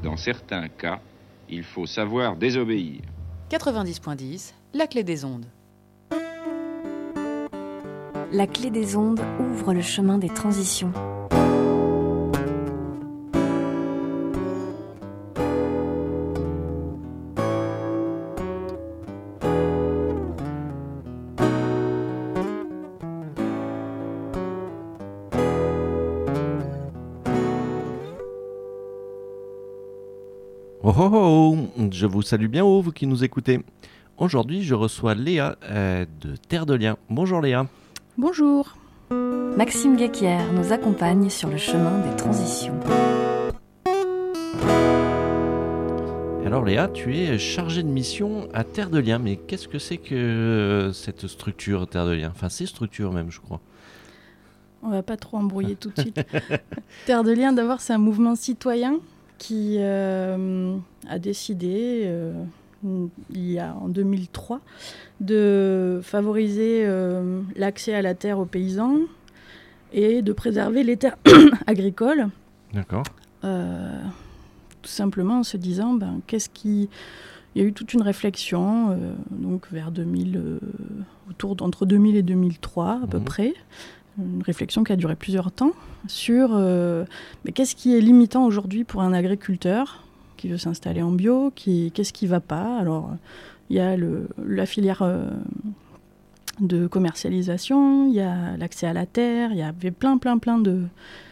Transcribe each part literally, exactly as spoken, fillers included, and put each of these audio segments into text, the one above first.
Dans certains cas, il faut savoir désobéir. quatre-vingt-dix virgule dix, la clé des ondes. La clé des ondes ouvre le chemin des transitions. Oh oh oh, je vous salue bien haut, vous qui nous écoutez. Aujourd'hui, je reçois Léa euh, de Terre de Liens. Bonjour Léa. Bonjour. Maxime Guéquière nous accompagne sur le chemin des transitions. Alors Léa, tu es chargée de mission à Terre de Liens, mais qu'est-ce que c'est que euh, cette structure Terre de Liens ? Enfin, ces structures même, je crois. On va pas trop embrouiller tout de suite. Terre de Liens, d'abord, c'est un mouvement citoyen qui euh, a décidé, euh, il y a en deux mille trois, de favoriser euh, l'accès à la terre aux paysans et de préserver les terres agricoles. D'accord. Euh, tout simplement en se disant, ben, qu'est-ce qui... Il y a eu toute une réflexion, euh, donc vers deux mille, euh, autour d'entre deux mille et deux mille trois à peu Mmh. près. Une réflexion qui a duré plusieurs temps sur euh, mais qu'est-ce qui est limitant aujourd'hui pour un agriculteur qui veut s'installer en bio, qui, qu'est-ce qui ne va pas. Alors, il y a le, la filière euh, de commercialisation, il y a l'accès à la terre, il y avait plein, plein, plein de,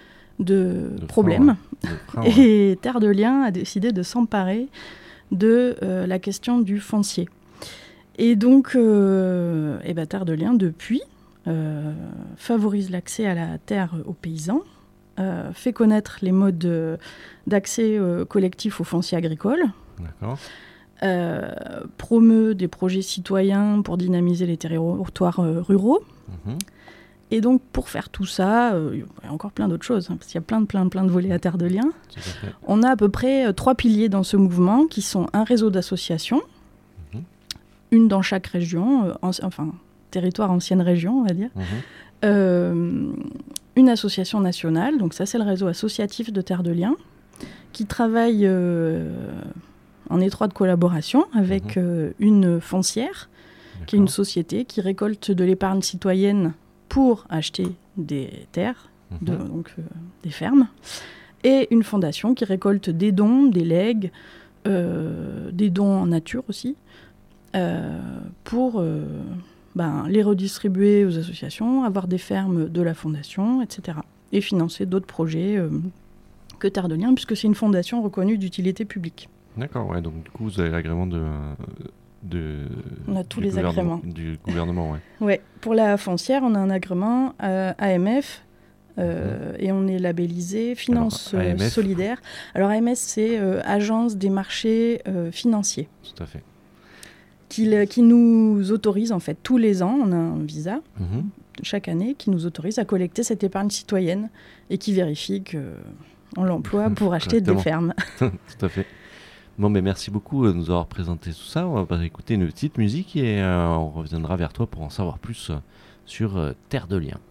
de, De problèmes. freins, ouais. De freins, ouais. Et Terre de Liens a décidé de s'emparer de euh, la question du foncier. Et donc, euh, et ben, Terre de Liens, depuis, Euh, favorise l'accès à la terre aux paysans, euh, fait connaître les modes de, d'accès euh, collectif au foncier agricole, D'accord. euh, promeut des projets citoyens pour dynamiser les territoires euh, ruraux. Mhm. Et donc, pour faire tout ça, euh, il y a encore plein d'autres choses, hein, parce qu'il y a plein de, plein, de, plein de volets à Terre de Liens. Tout à fait. On a à peu près euh, trois piliers dans ce mouvement, qui sont un réseau d'associations, Mhm. une dans chaque région, euh, en, enfin... territoire ancienne région, on va dire. Mhm. Euh, une association nationale, donc ça c'est le réseau associatif de Terre de Liens, qui travaille euh, en étroite collaboration avec Mhm. euh, une foncière, qui est une société qui récolte de l'épargne citoyenne pour acheter des terres, Mhm. de, donc euh, des fermes, et une fondation qui récolte des dons, des legs, euh, des dons en nature aussi, euh, pour... Euh, Ben, les redistribuer aux associations, avoir des fermes de la fondation, et cetera. Et financer d'autres projets euh, que Terre de Liens, puisque c'est une fondation reconnue d'utilité publique. D'accord, ouais, donc du coup vous avez l'agrément de... de On a tous du les gouvernement- agréments. Du gouvernement, ouais. Ouais. Pour la foncière, on a un agrément euh, A M F, euh, et on est labellisé Finance Alors, euh, A M F. Solidaire. Alors A M S, c'est euh, Agence des marchés euh, financiers. Tout à fait. Qui, le- qui nous autorise, en fait, tous les ans, on a un visa, Mhm. chaque année, qui nous autorise à collecter cette épargne citoyenne et qui vérifie qu'on l'emploie pour acheter des Correctement. fermes. Tout à fait. Bon, mais merci beaucoup de nous avoir présenté tout ça. On va écouter une petite musique et euh, on reviendra vers toi pour en savoir plus euh, sur euh, Terre de Liens.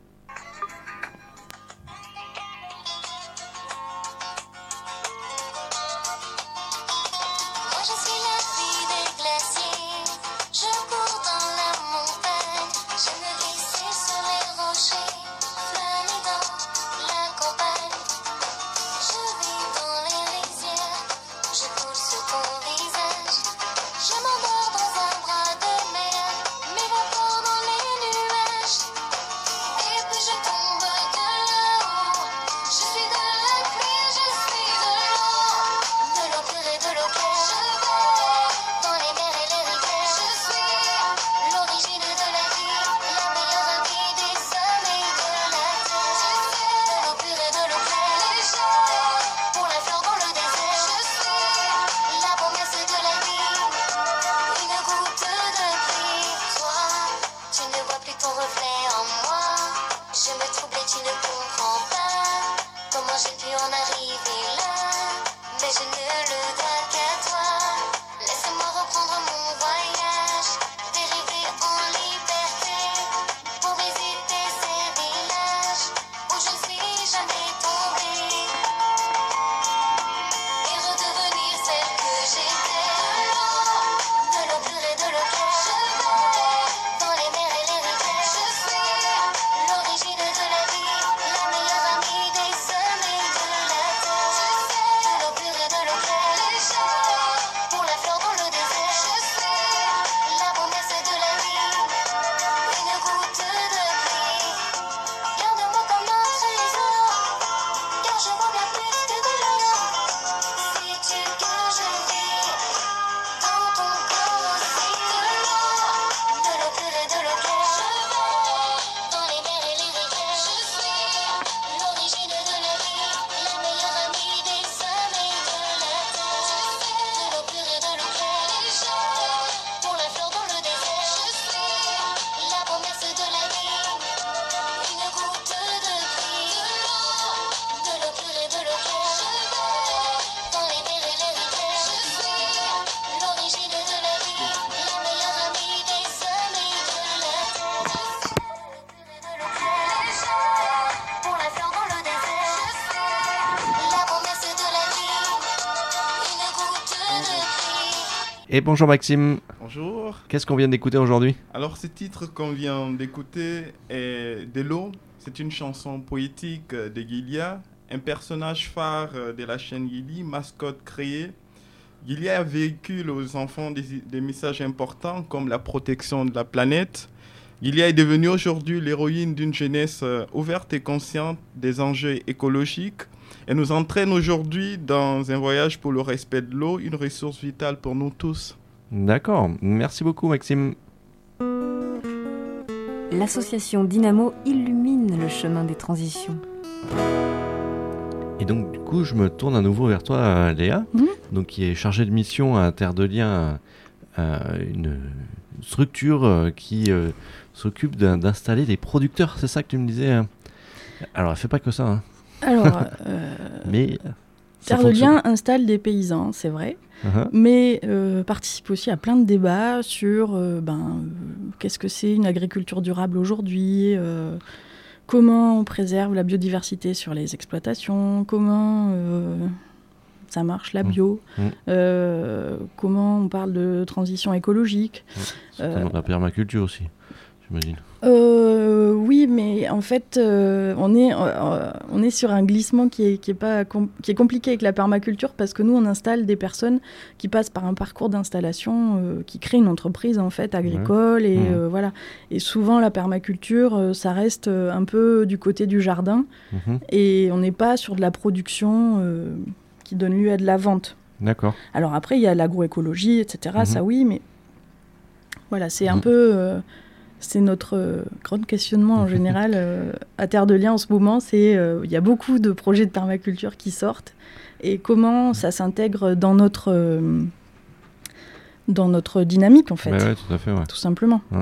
Moi je suis la fille des glaciers, je cours dans la montagne, je me glisse sur les rochers, flâner dans la campagne. Je vis dans les rizières, je coule sur ton visage, je m'endors dans un bras de mer, m'évapore dans les nuages. Et bonjour Maxime, Bonjour. qu'est-ce qu'on vient d'écouter aujourd'hui? Alors, ce titre qu'on vient d'écouter est De l'eau. C'est une chanson poétique de Gilia, un personnage phare de la chaîne Gili, mascotte créée. Gilia véhicule aux enfants des, des messages importants comme la protection de la planète. Gilia est devenue aujourd'hui l'héroïne d'une jeunesse ouverte et consciente des enjeux écologiques. Elle nous entraîne aujourd'hui dans un voyage pour le respect de l'eau, une ressource vitale pour nous tous. D'accord, merci beaucoup Maxime. L'association Dynamo illumine le chemin des transitions. Et donc du coup je me tourne à nouveau vers toi Léa, Mhm. donc, qui est chargée de mission à Terre de Liens, euh, une structure euh, qui euh, s'occupe d'un- d'installer des producteurs, c'est ça que tu me disais hein. Alors elle fait pas que ça, hein. Alors, euh, mais ça Terre de fonctionne. Liens installe des paysans, c'est vrai, Uh-huh. mais euh, participe aussi à plein de débats sur euh, ben, euh, qu'est-ce que c'est une agriculture durable aujourd'hui, euh, comment on préserve la biodiversité sur les exploitations, comment euh, ça marche la Mmh. bio, Mmh. euh, comment on parle de transition écologique. Certainement de la permaculture aussi, j'imagine. Euh, oui, mais en fait, euh, on, est, euh, on est sur un glissement qui est, qui, est pas com- qui est compliqué avec la permaculture parce que nous, on installe des personnes qui passent par un parcours d'installation euh, qui crée une entreprise en fait agricole. Et, Mmh. euh, voilà. Et souvent, la permaculture, euh, ça reste euh, un peu du côté du jardin Mhm. et on n'est pas sur de la production euh, qui donne lieu à de la vente. D'accord. Alors après, il y a l'agroécologie, et cetera. Mhm. Ça, oui, mais voilà, c'est un Mhm. peu... euh, c'est notre euh, grand questionnement en général euh, à Terre de Liens en ce moment. C'est euh, il y a beaucoup de projets de permaculture qui sortent et comment ça s'intègre dans notre euh, dans notre dynamique en fait, Ouais, ouais, tout à fait, ouais. tout simplement. Ouais.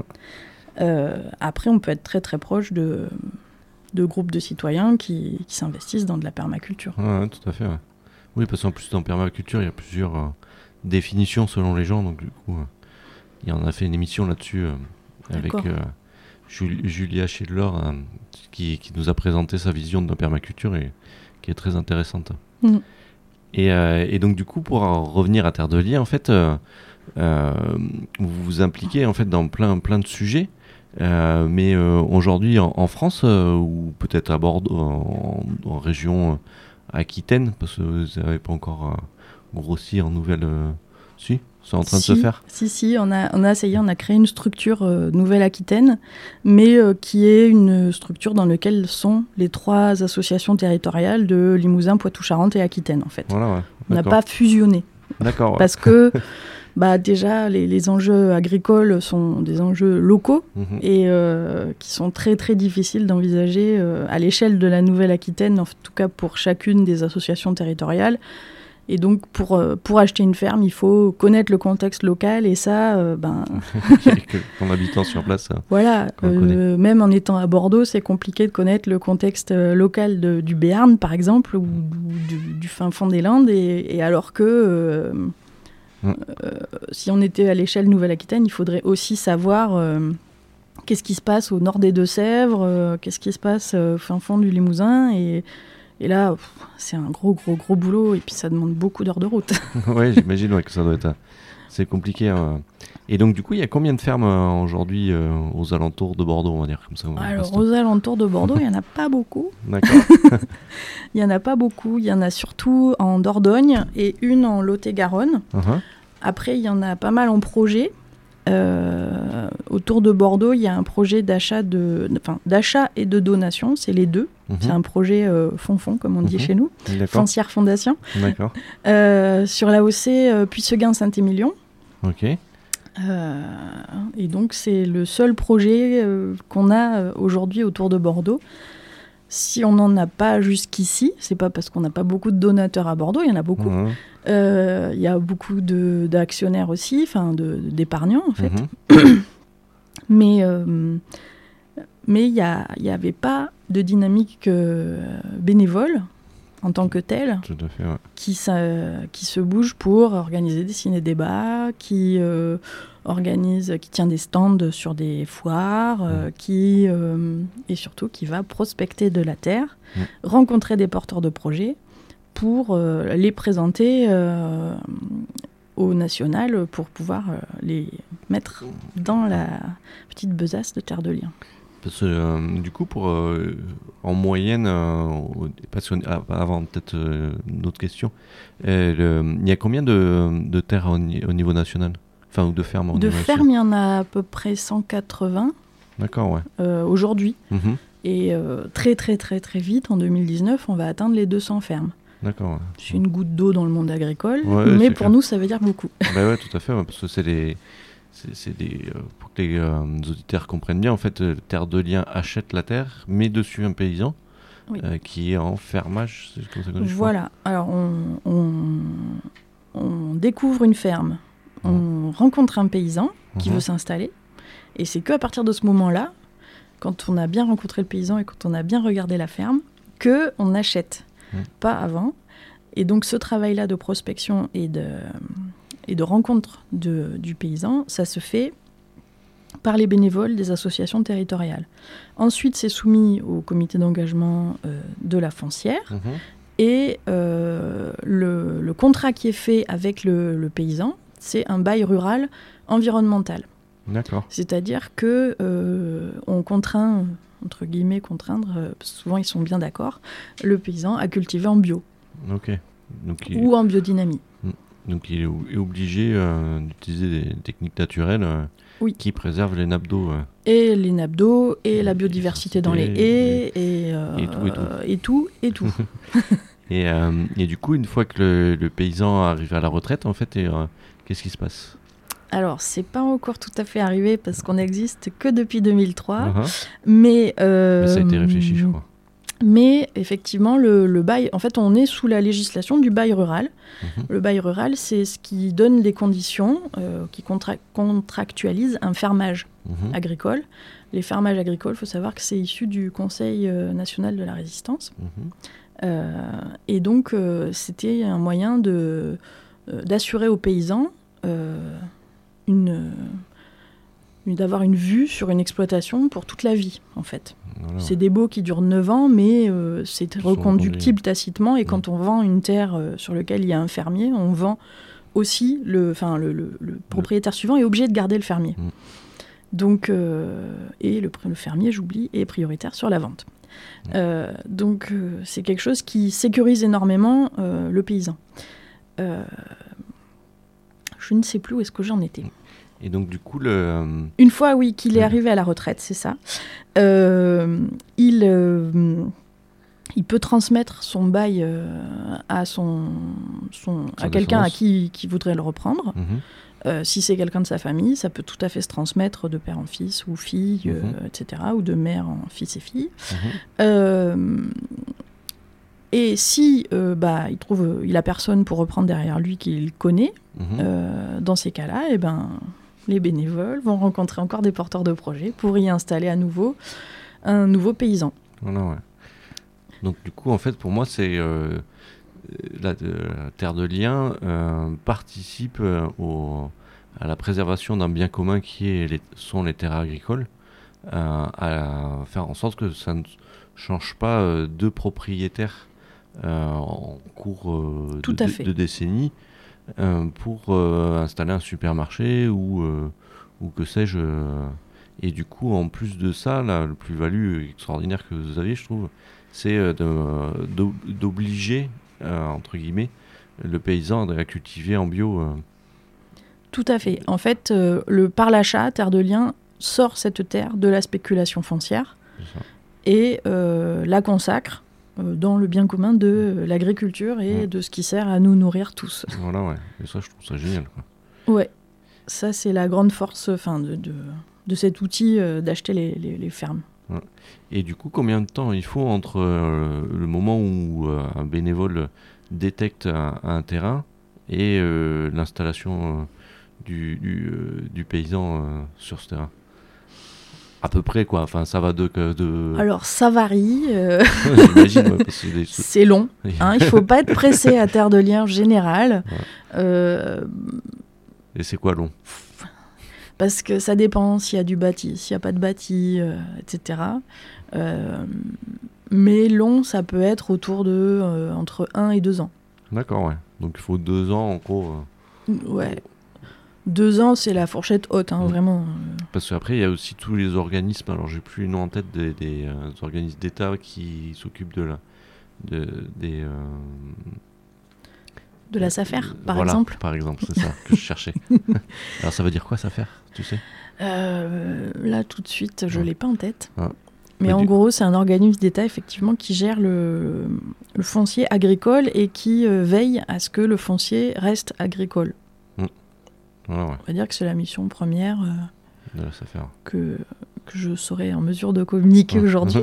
Euh, après, on peut être très très proche de de groupes de citoyens qui, qui s'investissent dans de la permaculture. Ouais, ouais, tout à fait, ouais. Oui, parce qu'en plus, dans permaculture, il y a plusieurs euh, définitions selon les gens, donc du coup, euh, il y en a fait une émission là-dessus euh, avec D'accord. euh, Jul- Julia Schindler, euh, qui, qui nous a présenté sa vision de la permaculture et qui est très intéressante. Mm. Et, euh, et donc, du coup, pour en revenir à Terre de Liens, en fait, euh, euh, vous vous impliquez en fait dans plein, plein de sujets. Euh, mais euh, aujourd'hui en, en France euh, ou peut-être à Bordeaux, en, en région euh, Aquitaine, parce que vous n'avez pas encore euh, grossi en nouvelle. Euh... Si, c'est en train si, de se faire. Si, si, on a, on a essayé, on a créé une structure euh, Nouvelle-Aquitaine, mais euh, qui est une structure dans laquelle sont les trois associations territoriales de Limousin, Poitou-Charentes et Aquitaine, en fait. Voilà, ouais. On n'a D'accord. pas fusionné. D'accord. Ouais. Parce que, bah, déjà, les, les enjeux agricoles sont des enjeux locaux Mhm. et euh, qui sont très, très difficiles d'envisager euh, à l'échelle de la Nouvelle-Aquitaine, en tout cas pour chacune des associations territoriales. Et donc, pour, euh, pour acheter une ferme, il faut connaître le contexte local. Et ça, euh, ben, Que ton habitant sur place. ça. voilà, On le euh, même en étant à Bordeaux, c'est compliqué de connaître le contexte euh, local de- du Béarn, par exemple, ou, ou du, du fin fond des Landes. Et, et alors que euh, Mm. euh, si on était à l'échelle Nouvelle-Aquitaine, il faudrait aussi savoir euh, qu'est-ce qui se passe au nord des Deux-Sèvres, euh, qu'est-ce qui se passe euh, au fin fond du Limousin. Et, et là, pff, c'est un gros, gros, gros boulot. Et puis, ça demande beaucoup d'heures de route. Ouais, j'imagine ouais, que ça doit être. euh, C'est compliqué. hein. Et donc, du coup, il y a combien de fermes euh, aujourd'hui euh, aux alentours de Bordeaux, on va dire comme ça on Alors, reste- aux alentours de Bordeaux, il n'y en a pas beaucoup. D'accord. Il n'y en a pas beaucoup. Il y en a surtout en Dordogne et une en Lot-et-Garonne. Uh-huh. Après, il y en a pas mal en projet. Euh, autour de Bordeaux, il y a un projet d'achat de, enfin, d'achat et de donation. C'est les deux. Mhm. C'est un projet euh, fond-fond, comme on dit Mhm. chez nous. D'accord. Foncière Fondation. D'accord. Euh, sur la O C euh, Puisseguin-Saint-Émilion. Ok. Euh, et donc, c'est le seul projet euh, qu'on a euh, aujourd'hui autour de Bordeaux. Si on n'en a pas jusqu'ici, c'est pas parce qu'on n'a pas beaucoup de donateurs à Bordeaux, il y en a beaucoup. Mhm. Euh, Il y a beaucoup de, d'actionnaires aussi, enfin de, d'épargnants en fait. Mhm. Mais euh, mais il n'y avait pas de dynamique euh, bénévole en tant que telle Tout à fait, ouais. qui, s'a- qui se bouge pour organiser des ciné-débats, qui euh, organise, qui tient des stands sur des foires, euh, qui euh, et surtout qui va prospecter de la terre, Mm. rencontrer des porteurs de projets pour euh, les présenter euh, au national pour pouvoir euh, les mettre dans la petite besace de terre de liens. Parce que euh, du coup, pour, euh, en moyenne, euh, parce que, ah, avant peut-être euh, une autre question, euh, le- il y a combien de, de terres au, ni- au niveau national, enfin ou de fermes au De niveau fermes, il y en a à peu près cent quatre-vingts national. D'accord, ouais. euh, aujourd'hui. Mhm. Et euh, très très très très vite, en deux mille dix-neuf, on va atteindre les deux cents fermes. D'accord. Ouais. C'est une goutte d'eau dans le monde agricole, Ouais, mais c'est pour clair. nous, ça veut dire beaucoup. Bah ouais, tout à fait, ouais, parce que c'est des, c'est, c'est des, euh, pour que les euh, auditeurs comprennent bien, en fait, euh, Terre de Liens achète la terre, met dessus un paysan Oui. euh, qui est en fermage, c'est comme ça qu'on dit, je crois. Voilà, alors on, on, on découvre une ferme, on rencontre un paysan qui Mhm. veut s'installer, et c'est qu'à partir de ce moment-là, quand on a bien rencontré le paysan et quand on a bien regardé la ferme, qu'on achète, Mhm. pas avant. Et donc ce travail-là de prospection et de, et de rencontre de, du paysan, ça se fait par les bénévoles des associations territoriales. Ensuite, c'est soumis au comité d'engagement euh, de la foncière. Mhm. Et euh, le, le contrat qui est fait avec le, le paysan, c'est un bail rural environnemental. D'accord. C'est-à-dire que euh, on contraint, entre guillemets contraindre, euh, parce que souvent ils sont bien d'accord, le paysan à cultiver en bio Ok. Donc il, ou en biodynamie. donc il est ou- est obligé euh, d'utiliser des techniques naturelles euh, Oui. qui préservent les nappes d'eau. euh. Et les nappes d'eau, et la biodiversité dans les haies, et, euh, Et tout, et tout. et tout, et tout. Et, euh, et du coup, une fois que le, le paysan arrive à la retraite, en fait, et, euh, qu'est-ce qui se passe? Alors, c'est pas encore tout à fait arrivé parce qu'on n'existe que depuis deux mille trois, Uh-huh. mais... euh, Mais ça a été réfléchi, je crois. Mais effectivement, le, le bail, en fait, on est sous la législation du bail rural. Mhm. Le bail rural, c'est ce qui donne les conditions, euh, qui contra- contractualise un fermage Mhm. agricole. Les fermages agricoles, il faut savoir que c'est issu du Conseil euh, national de la résistance. Mhm. Euh, et donc, euh, c'était un moyen de, euh, d'assurer aux paysans euh, une, une- d'avoir une vue sur une exploitation pour toute la vie, en fait. Voilà. C'est des baux qui durent neuf ans, mais euh, c'est Qui sont reconductible tacitement. Et Mm. quand on vend une terre euh, sur laquelle il y a un fermier, on vend aussi, le, enfin, le, le- le propriétaire suivant est obligé de garder le fermier. Mm. Donc, euh, et le, le fermier, j'oublie, est prioritaire sur la vente. Mm. Euh, donc, euh, c'est quelque chose qui sécurise énormément euh, le paysan. Euh, je ne sais plus où est-ce que j'en étais. Et donc, du coup, le. euh, Une fois, oui, qu'il est Ouais. arrivé à la retraite, c'est ça, euh, il, euh, il peut transmettre son bail euh, à, son, son, Sa à quelqu'un à descendance. qui, qui voudrait le reprendre. mhm. Euh, si c'est quelqu'un de sa famille, ça peut tout à fait se transmettre de père en fils ou fille, euh, Mhm. et cetera, ou de mère en fils et fille. Mhm. Euh, et si euh, bah, il trouve, euh, il a personne pour reprendre derrière lui qu'il connaît, Mhm. euh, dans ces cas-là, eh ben, les bénévoles vont rencontrer encore des porteurs de projets pour y installer à nouveau un nouveau paysan. Voilà, ouais. Donc, du coup, en fait, pour moi, c'est. euh, la, euh, la Terre de Liens euh, participe euh, au, à la préservation d'un bien commun qui est les, sont les terres agricoles, euh, à faire en sorte que ça ne change pas euh, deux propriétaires euh, en cours euh, Tout de, à de- fait. de décennies euh, pour euh, installer un supermarché ou, euh, ou que sais-je. euh. Et du coup, en plus de ça, la, le plus-value extraordinaire que vous avez, je trouve, c'est euh, de- d'o- d'obliger, euh, entre guillemets, le paysan à cultiver en bio. euh. Tout à fait. En fait, euh, le, par l'achat, Terre de Liens sort cette terre de la spéculation foncière C'est ça. et euh, la consacre euh, dans le bien commun de euh, l'agriculture et Ouais. de ce qui sert à nous nourrir tous. Voilà, ouais. Et ça, je trouve ça génial, quoi. Ouais, ça c'est la grande force enfin, de, de, de cet outil euh, d'acheter les, les- les fermes. Et du coup, combien de temps il faut entre euh, le moment où euh, un bénévole détecte un, un terrain et euh, l'installation euh, du, du, euh, du paysan euh, sur ce terrain? À peu près, quoi. Enfin, ça va de... que- de... Alors ça varie, euh, J'imagine, ouais, parce que des- c'est long. Hein, il ne faut pas être pressé à Terre de Liens en général. Ouais. Euh, Et c'est quoi long? Parce que ça dépend s'il y a du bâti, s'il n'y a pas de bâti, euh, et cetera. Euh, mais long, ça peut être autour de euh, entre un et deux ans. D'accord, ouais. Donc il faut deux ans, en gros. euh, Ouais. Deux ans, c'est la fourchette haute, hein, Mmh. vraiment. Parce qu'après, il y a aussi tous les organismes, alors j'ai plus le nom en tête, des, des, euh, organismes d'État qui s'occupent de la, de, des... euh, De la SAFER, par voilà, exemple. par exemple, c'est ça que je cherchais. Alors ça veut dire quoi, SAFER, tu sais? Euh, là, tout de suite, je Ouais. l'ai pas en tête. Ah. Mais Mais en du- gros, c'est un organisme d'État, effectivement, qui gère le, le foncier agricole et qui euh, veille à ce que le foncier reste agricole. Voilà, ouais, On va dire que c'est la mission première euh, de la SAFER. que, que je serai en mesure de communiquer Ouais. aujourd'hui.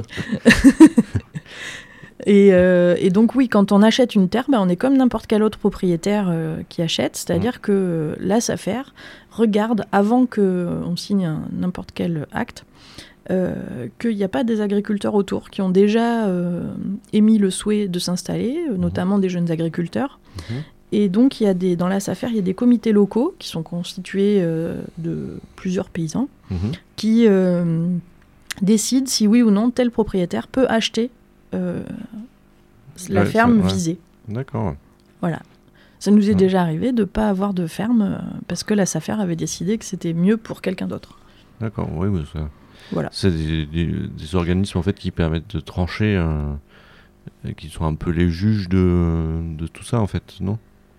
Et, euh, et donc oui, quand on achète une terre, ben, on est comme n'importe quel autre propriétaire euh, qui achète, c'est-à-dire que euh, la SAFER regarde, avant qu'on signe un- n'importe quel acte, euh, qu'il n'y a pas des agriculteurs autour qui ont déjà euh, émis le souhait de s'installer, euh, notamment des jeunes agriculteurs. Mhm. Et donc il y a des, dans la SAFER, il y a des comités locaux qui sont constitués euh, de plusieurs paysans Mhm. qui euh, décident si oui ou non tel propriétaire peut acheter euh, la Ouais, ferme ça- ouais. visée. D'accord. Voilà. Ça nous est Ouais. déjà arrivé de ne pas avoir de ferme euh, parce que la SAFER avait décidé que c'était mieux pour quelqu'un d'autre. D'accord, oui, mais ça... Voilà. C'est des, des- des organismes en fait qui permettent de trancher, euh, et qui sont un peu les juges de, de tout ça en fait, non?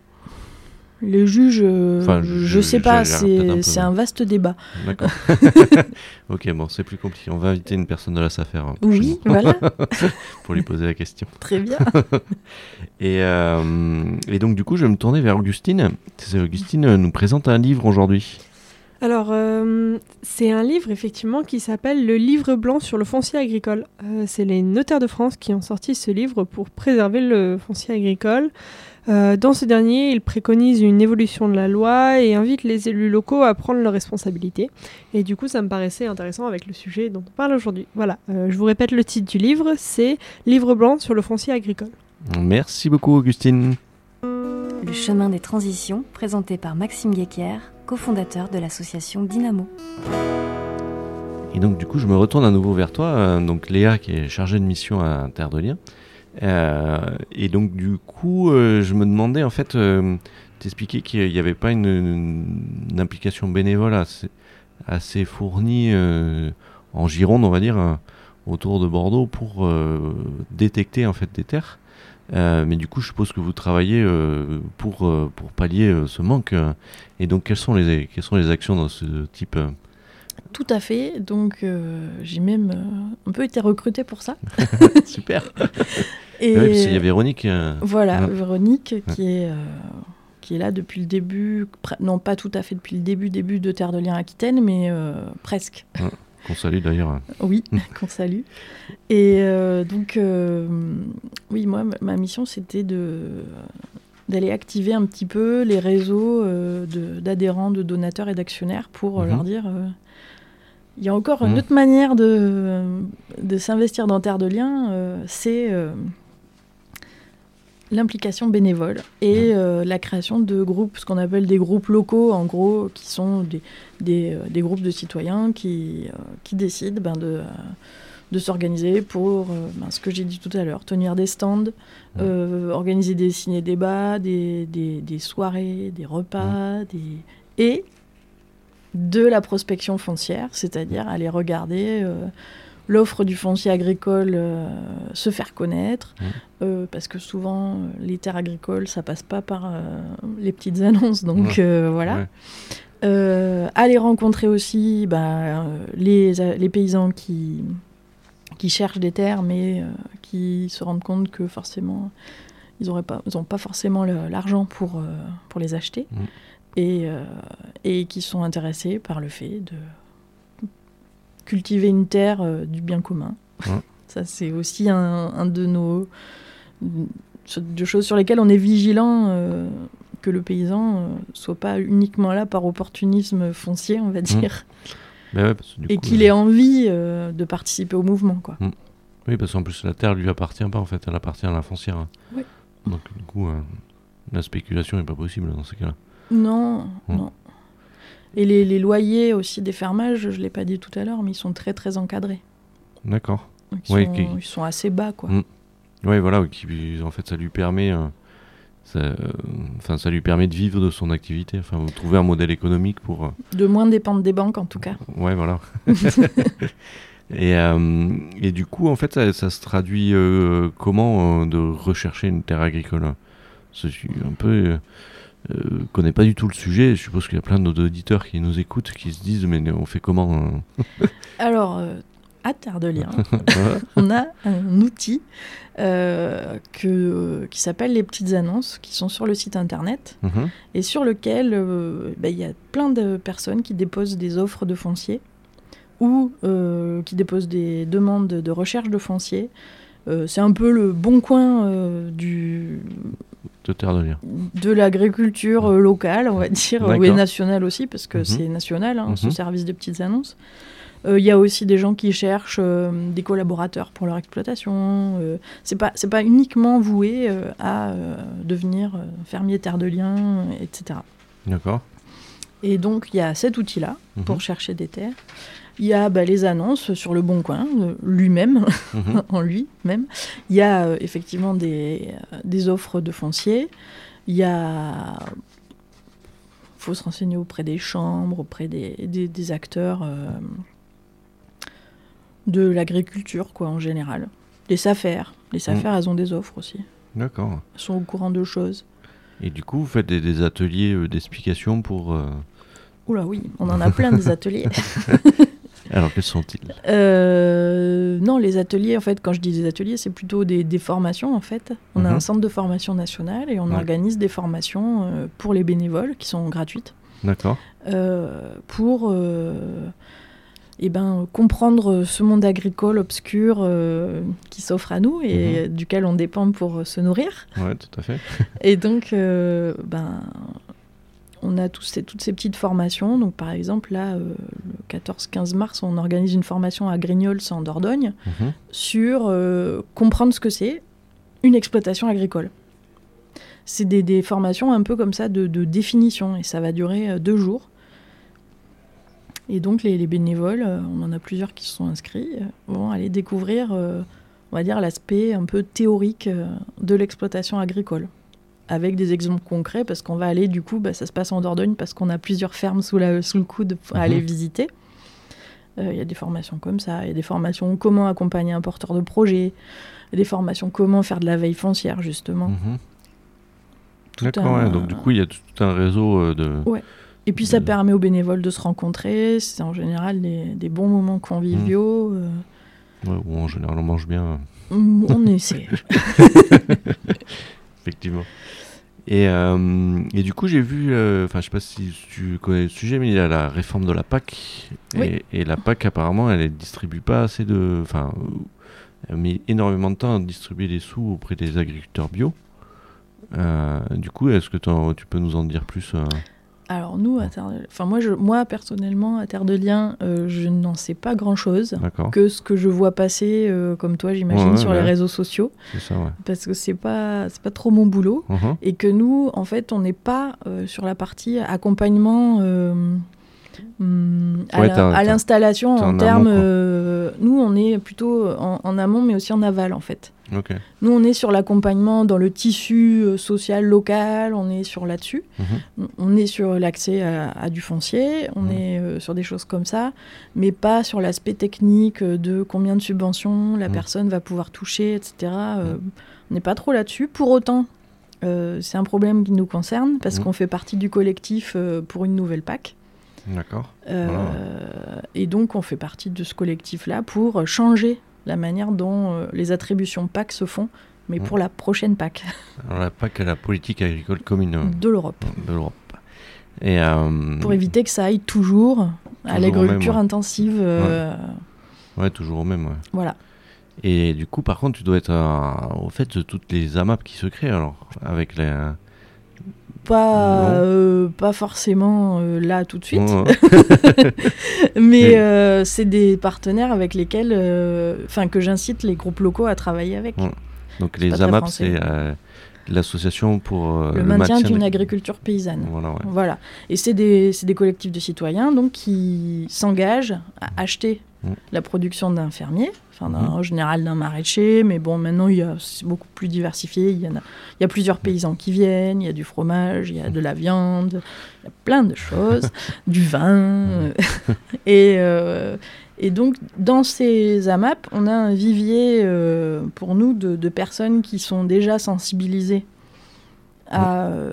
Les juges, euh, Enfin, je, je- je sais j'ai- pas, j'ai peut-être un c'est peu- c'est un vaste débat. D'accord. Ok, bon, c'est plus compliqué. On va inviter une personne de la SAFER hein, Oui, prochainement, voilà, pour lui poser la question. très bien. Et, euh, et donc du coup, je vais me tourner vers Augustine. C'est Augustine euh, nous présente un livre aujourd'hui. Alors, euh, c'est un livre effectivement qui s'appelle Le Livre blanc sur le foncier agricole. Euh, c'est les notaires de France qui ont sorti ce livre pour préserver le foncier agricole. Euh, dans ce dernier, ils préconisent une évolution de la loi et invitent les élus locaux à prendre leurs responsabilités. Et du coup, ça me paraissait intéressant avec le sujet dont on parle aujourd'hui. Voilà, euh, je vous répète le titre du livre, c'est Livre blanc sur le foncier agricole. Merci beaucoup, Augustine. Le chemin des transitions, présenté par Maxime Guéquière, cofondateur de l'association Dynamo. Et donc du coup, je me retourne à nouveau vers toi, euh, donc Léa qui est chargée de mission à Terre de Liens. Euh, et donc du coup, euh, je me demandais en fait, euh, t'expliquer qu'il n'y avait pas une, une implication bénévole assez, assez fournie euh, en Gironde, on va dire, euh, autour de Bordeaux pour euh, détecter en fait des terres. Euh, mais du coup, je suppose que vous travaillez euh, pour, euh, pour pallier euh, ce manque. euh. Et donc, quelles sont les, quelles sont les actions dans ce type euh, Tout à fait. Donc, euh, j'ai même euh, un peu été recrutée pour ça. Super. Et Ouais, parce qu'il y a Véronique. euh, voilà, Ouais. Véronique, qui est, euh, qui est là depuis le début, pre- non pas tout à fait depuis le début, début de Terre de Liens Aquitaine, mais euh, presque. qu'on salue d'ailleurs. Oui, qu'on salue. Et euh, donc, euh, oui, moi, ma- ma mission, c'était de d'aller activer un petit peu les réseaux euh, de- d'adhérents, de donateurs et d'actionnaires pour euh, Mhm. leur dire... euh, il y a encore Mhm. une autre manière de, de s'investir dans Terre de Liens, euh, c'est euh, l'implication bénévole et euh, la création de groupes, ce qu'on appelle des groupes locaux, en gros, qui sont des, des, euh, des groupes de citoyens qui, euh, qui décident ben, de, euh, de s'organiser pour, euh, ben, ce que j'ai dit tout à l'heure, tenir des stands, euh, organiser des ciné-débats, des, des, des soirées, des repas, des... et de la prospection foncière, c'est-à-dire aller regarder euh, l'offre du foncier agricole euh, se faire connaître, Mmh. euh, parce que souvent, euh, les terres agricoles, ça passe pas par euh, les petites annonces, donc Ouais. euh, voilà. Ouais. Euh, aller rencontrer aussi bah, euh, les, euh, les paysans qui, qui cherchent des terres, mais euh, qui se rendent compte que forcément, ils n'ont pas, ils ont pas forcément le- l'argent pour, euh, pour les acheter. Mmh. Et, euh, et qui sont intéressés par le fait de cultiver une terre euh, du bien commun. Ouais. Ça, c'est aussi un, un de nos de choses sur lesquelles on est vigilant, euh, que le paysan euh, soit pas uniquement là par opportunisme foncier, on va dire, Bah ouais, parce que du et coup, qu'il euh, ait envie euh, de participer au mouvement, quoi. Oui, parce qu'en plus, la terre lui appartient pas, en fait, elle appartient à la foncière. hein. Oui. Donc, du coup, euh, la spéculation n'est pas possible dans ces cas-là. Non, Mm. non. Et les, les loyers aussi des fermages, je ne l'ai pas dit tout à l'heure, mais ils sont très très encadrés. D'accord. Donc, ils, Oui, sont, qui- ils sont assez bas, quoi. Mm. Oui, voilà, qui, en fait, ça lui permet euh, ça, euh, enfin, ça lui permet de vivre de son activité. Enfin, vous trouvez un modèle économique pour. Euh... De moins dépendre des banques, en tout cas. Ouais, voilà. et, euh, et du coup, en fait, ça, ça se traduit euh, comment euh, de rechercher une terre agricole? Je suis un peu. Euh, Euh, connais pas du tout le sujet. Je suppose qu'il y a plein d'auditeurs qui nous écoutent qui se disent mais on fait comment hein Alors euh, à Terre de Liens on a un outil euh, que, qui s'appelle les petites annonces qui sont sur le site internet mm-hmm. et sur lequel euh, bah, y a plein de personnes qui déposent des offres de foncier ou euh, qui déposent des demandes de recherche de foncier. Euh, c'est un peu le bon coin euh, du de Terre de Liens. De l'agriculture euh, locale, on va dire, et nationale aussi, parce que mm-hmm. c'est national, hein, mm-hmm. ce service de petites annonces. Il euh, y a aussi des gens qui cherchent euh, des collaborateurs pour leur exploitation. Euh, c'est pas, c'est pas uniquement voué euh, à euh, devenir euh, fermier Terre de Liens, et cetera. D'accord. Et donc, il y a cet outil-là mm-hmm. pour chercher des terres. Il y a bah, les annonces sur le Bon Coin, euh, lui-même, mmh. en lui-même. Il y a euh, effectivement des, euh, des offres de foncier. Il y a... Il faut se renseigner auprès des chambres, auprès des, des, des acteurs euh, de l'agriculture, quoi, en général. Les SAFER. Les SAFER, mmh. elles ont des offres aussi. D'accord. Elles sont au courant de choses. Et du coup, vous faites des, des ateliers euh, d'explication pour... Euh... Oula, oui, on en a plein des ateliers. Alors, quels sont-ils ? euh, Non, les ateliers, en fait, quand je dis des ateliers, c'est plutôt des, des formations, en fait. On mm-hmm. a un centre de formation national et on ouais. organise des formations euh, pour les bénévoles qui sont gratuites. D'accord. Euh, pour euh, eh ben, comprendre ce monde agricole obscur euh, qui s'offre à nous et mm-hmm. duquel on dépend pour se nourrir. Oui, tout à fait. Et donc, euh, ben... on a tous ces, toutes ces petites formations. Donc, par exemple, là, euh, le quatorze quinze mars, on organise une formation à Grignols, en Dordogne, mmh. sur euh, comprendre ce que c'est une exploitation agricole. C'est des, des formations un peu comme ça de, de définition, et ça va durer euh, deux jours. Et donc, les, les bénévoles, euh, on en a plusieurs qui se sont inscrits, euh, vont aller découvrir, euh, on va dire, l'aspect un peu théorique euh, de l'exploitation agricole. Avec des exemples concrets, parce qu'on va aller, du coup, bah, ça se passe en Dordogne, parce qu'on a plusieurs fermes sous, la, sous le coude pour mmh. aller visiter. Il euh, y a des formations comme ça, il y a des formations comment accompagner un porteur de projet, y a des formations comment faire de la veille foncière, justement. Mmh. D'accord, un... ouais, donc du coup, il y a tout un réseau euh, de... Ouais. Et puis, de... ça permet aux bénévoles de se rencontrer, c'est en général des, des bons moments conviviaux. Mmh. Euh... Ouais, ou en général, on mange bien. On essaie. Effectivement. Et, euh, et du coup, j'ai vu, enfin, euh, je sais pas si tu connais le sujet, mais il y a la réforme de la P A C. Oui. Et, et la P A C, apparemment, elle ne distribue pas assez de. Enfin, elle met énormément de temps à distribuer des sous auprès des agriculteurs bio. Euh, du coup, est-ce que tu peux nous en dire plus euh... Alors, nous, à Terre de... enfin, moi, je, moi, personnellement, à Terre de Liens, euh, je n'en sais pas grand-chose. D'accord. Que ce que je vois passer, euh, comme toi, j'imagine, ouais, sur ouais. les réseaux sociaux. C'est ça, ouais. Parce que c'est pas, c'est pas trop mon boulot. Uh-huh. Et que nous, en fait, on n'est pas euh, sur la partie accompagnement euh, hum, à, ouais, la, t'as, à l'installation t'as en termes... Euh, nous, on est plutôt en, en amont, mais aussi en aval, en fait. Okay. Nous, on est sur l'accompagnement dans le tissu euh, social local, on est sur là-dessus. Mmh. On est sur l'accès à, à du foncier, on mmh. est euh, sur des choses comme ça, mais pas sur l'aspect technique de combien de subventions la mmh. personne va pouvoir toucher, et cetera. Euh, mmh. On n'est pas trop là-dessus. Pour autant, euh, c'est un problème qui nous concerne, parce mmh. qu'on fait partie du collectif euh, pour une nouvelle P A C. D'accord. Euh, voilà. Et donc, on fait partie de ce collectif-là pour changer la manière dont euh, les attributions P A C se font, mais mmh. pour la prochaine P A C. Alors la P A C est la politique agricole commune euh, de l'Europe. De l'Europe. Et, euh, pour éviter que ça aille toujours, toujours à l'agriculture même, ouais. intensive. Euh... Ouais. ouais, toujours au même. Ouais. Voilà. Et du coup, par contre, tu dois être euh, au fait de toutes les A M A P qui se créent, alors, avec les... Euh... Pas, euh, pas forcément euh, là tout de suite, oh, mais euh, c'est des partenaires avec lesquels, enfin euh, que j'incite les groupes locaux à travailler avec. Oh. Donc c'est les A M A P, c'est euh, l'association pour euh, le, le maintien, maintien d'une de... agriculture paysanne. Voilà, ouais. voilà. Et c'est des, c'est des collectifs de citoyens donc qui s'engagent à acheter mmh. la production d'un fermier, enfin d'un, mmh. en général d'un maraîcher, mais bon, maintenant il y a, c'est beaucoup plus diversifié. Il y, en a, il y a plusieurs paysans qui viennent, il y a du fromage, il y a de la viande, il y a plein de choses, du vin. et, euh, et donc, dans ces A M A P, on a un vivier euh, pour nous de, de personnes qui sont déjà sensibilisées à, euh,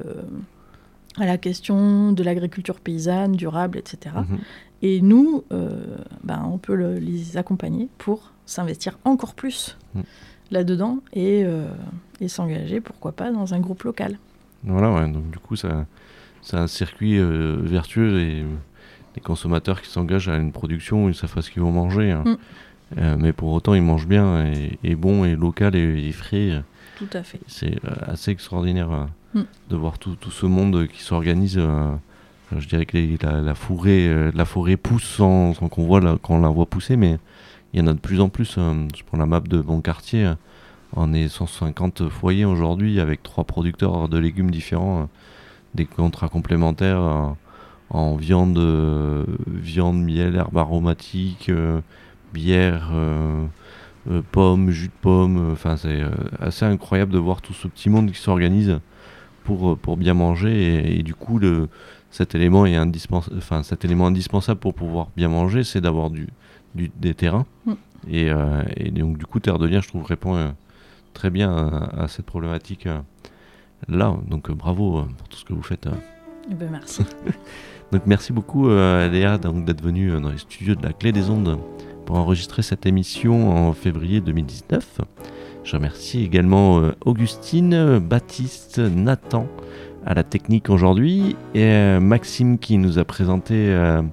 à la question de l'agriculture paysanne, durable, et cetera. Mmh. Et nous, euh, ben, on peut le, les accompagner pour s'investir encore plus mmh. là-dedans et, euh, et s'engager, pourquoi pas, dans un groupe local. Voilà, ouais, donc du coup, ça, c'est un circuit euh, vertueux et les consommateurs qui s'engagent à une production, ils savent pas ce qu'ils vont manger. Hein. Mmh. Euh, mais pour autant, ils mangent bien et, et bon et local et, et frais. Tout à fait. C'est euh, assez extraordinaire euh, mmh. de voir tout, tout ce monde qui s'organise. Euh, je dirais que les, la, la, forêt, euh, la forêt pousse sans, sans qu'on voit la, quand on la voit pousser, mais il y en a de plus en plus. Euh, je prends la map de mon quartier. Euh, on est cent cinquante foyers aujourd'hui avec trois producteurs de légumes différents, euh, des contrats complémentaires. Euh, en viande, euh, viande, miel, herbes aromatiques, euh, bière, euh, euh, pommes, jus de pommes. Enfin, c'est euh, assez incroyable de voir tout ce petit monde qui s'organise pour, pour bien manger. Et, et du coup, le, cet, élément est indispens- enfin, cet élément indispensable pour pouvoir bien manger, c'est d'avoir du, du, des terrains. Mm. Et, euh, et donc, du coup, Terre de Liens, je trouve, répond euh, très bien à, à cette problématique euh, là. Donc, euh, bravo euh, pour tout ce que vous faites. Euh. Eh ben, merci. Donc merci beaucoup euh, Léa donc, d'être venue dans les studios de la Clé des Ondes pour enregistrer cette émission en février deux mille dix-neuf. Je remercie également euh, Augustine, Baptiste, Nathan à la technique aujourd'hui et euh, Maxime qui nous a présenté euh,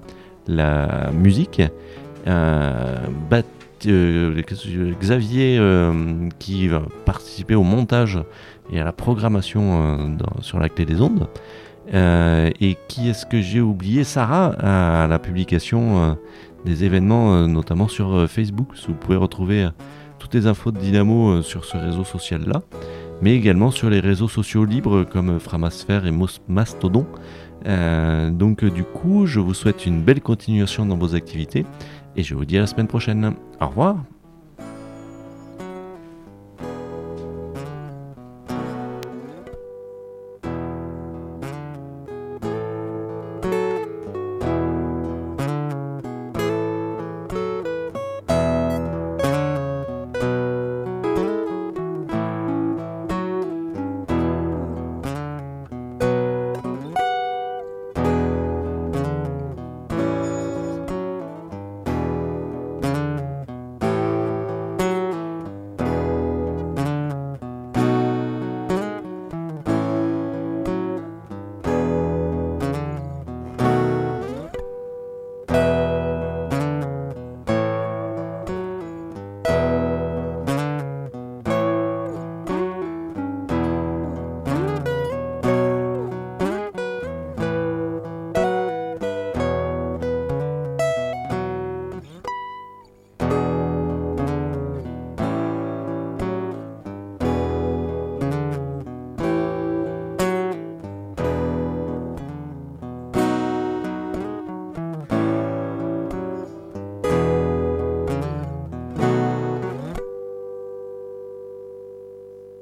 la musique, euh, Bat- euh, Xavier euh, qui va participer au montage et à la programmation euh, dans, sur la Clé des Ondes. Euh, et qui est-ce que j'ai oublié ? Sarah à la publication euh, des événements, euh, notamment sur euh, Facebook. Vous pouvez retrouver euh, toutes les infos de Dynamo euh, sur ce réseau social-là, mais également sur les réseaux sociaux libres comme Framasphère et Mos- Mastodon. Euh, donc euh, du coup, je vous souhaite une belle continuation dans vos activités et je vous dis à la semaine prochaine. Au revoir.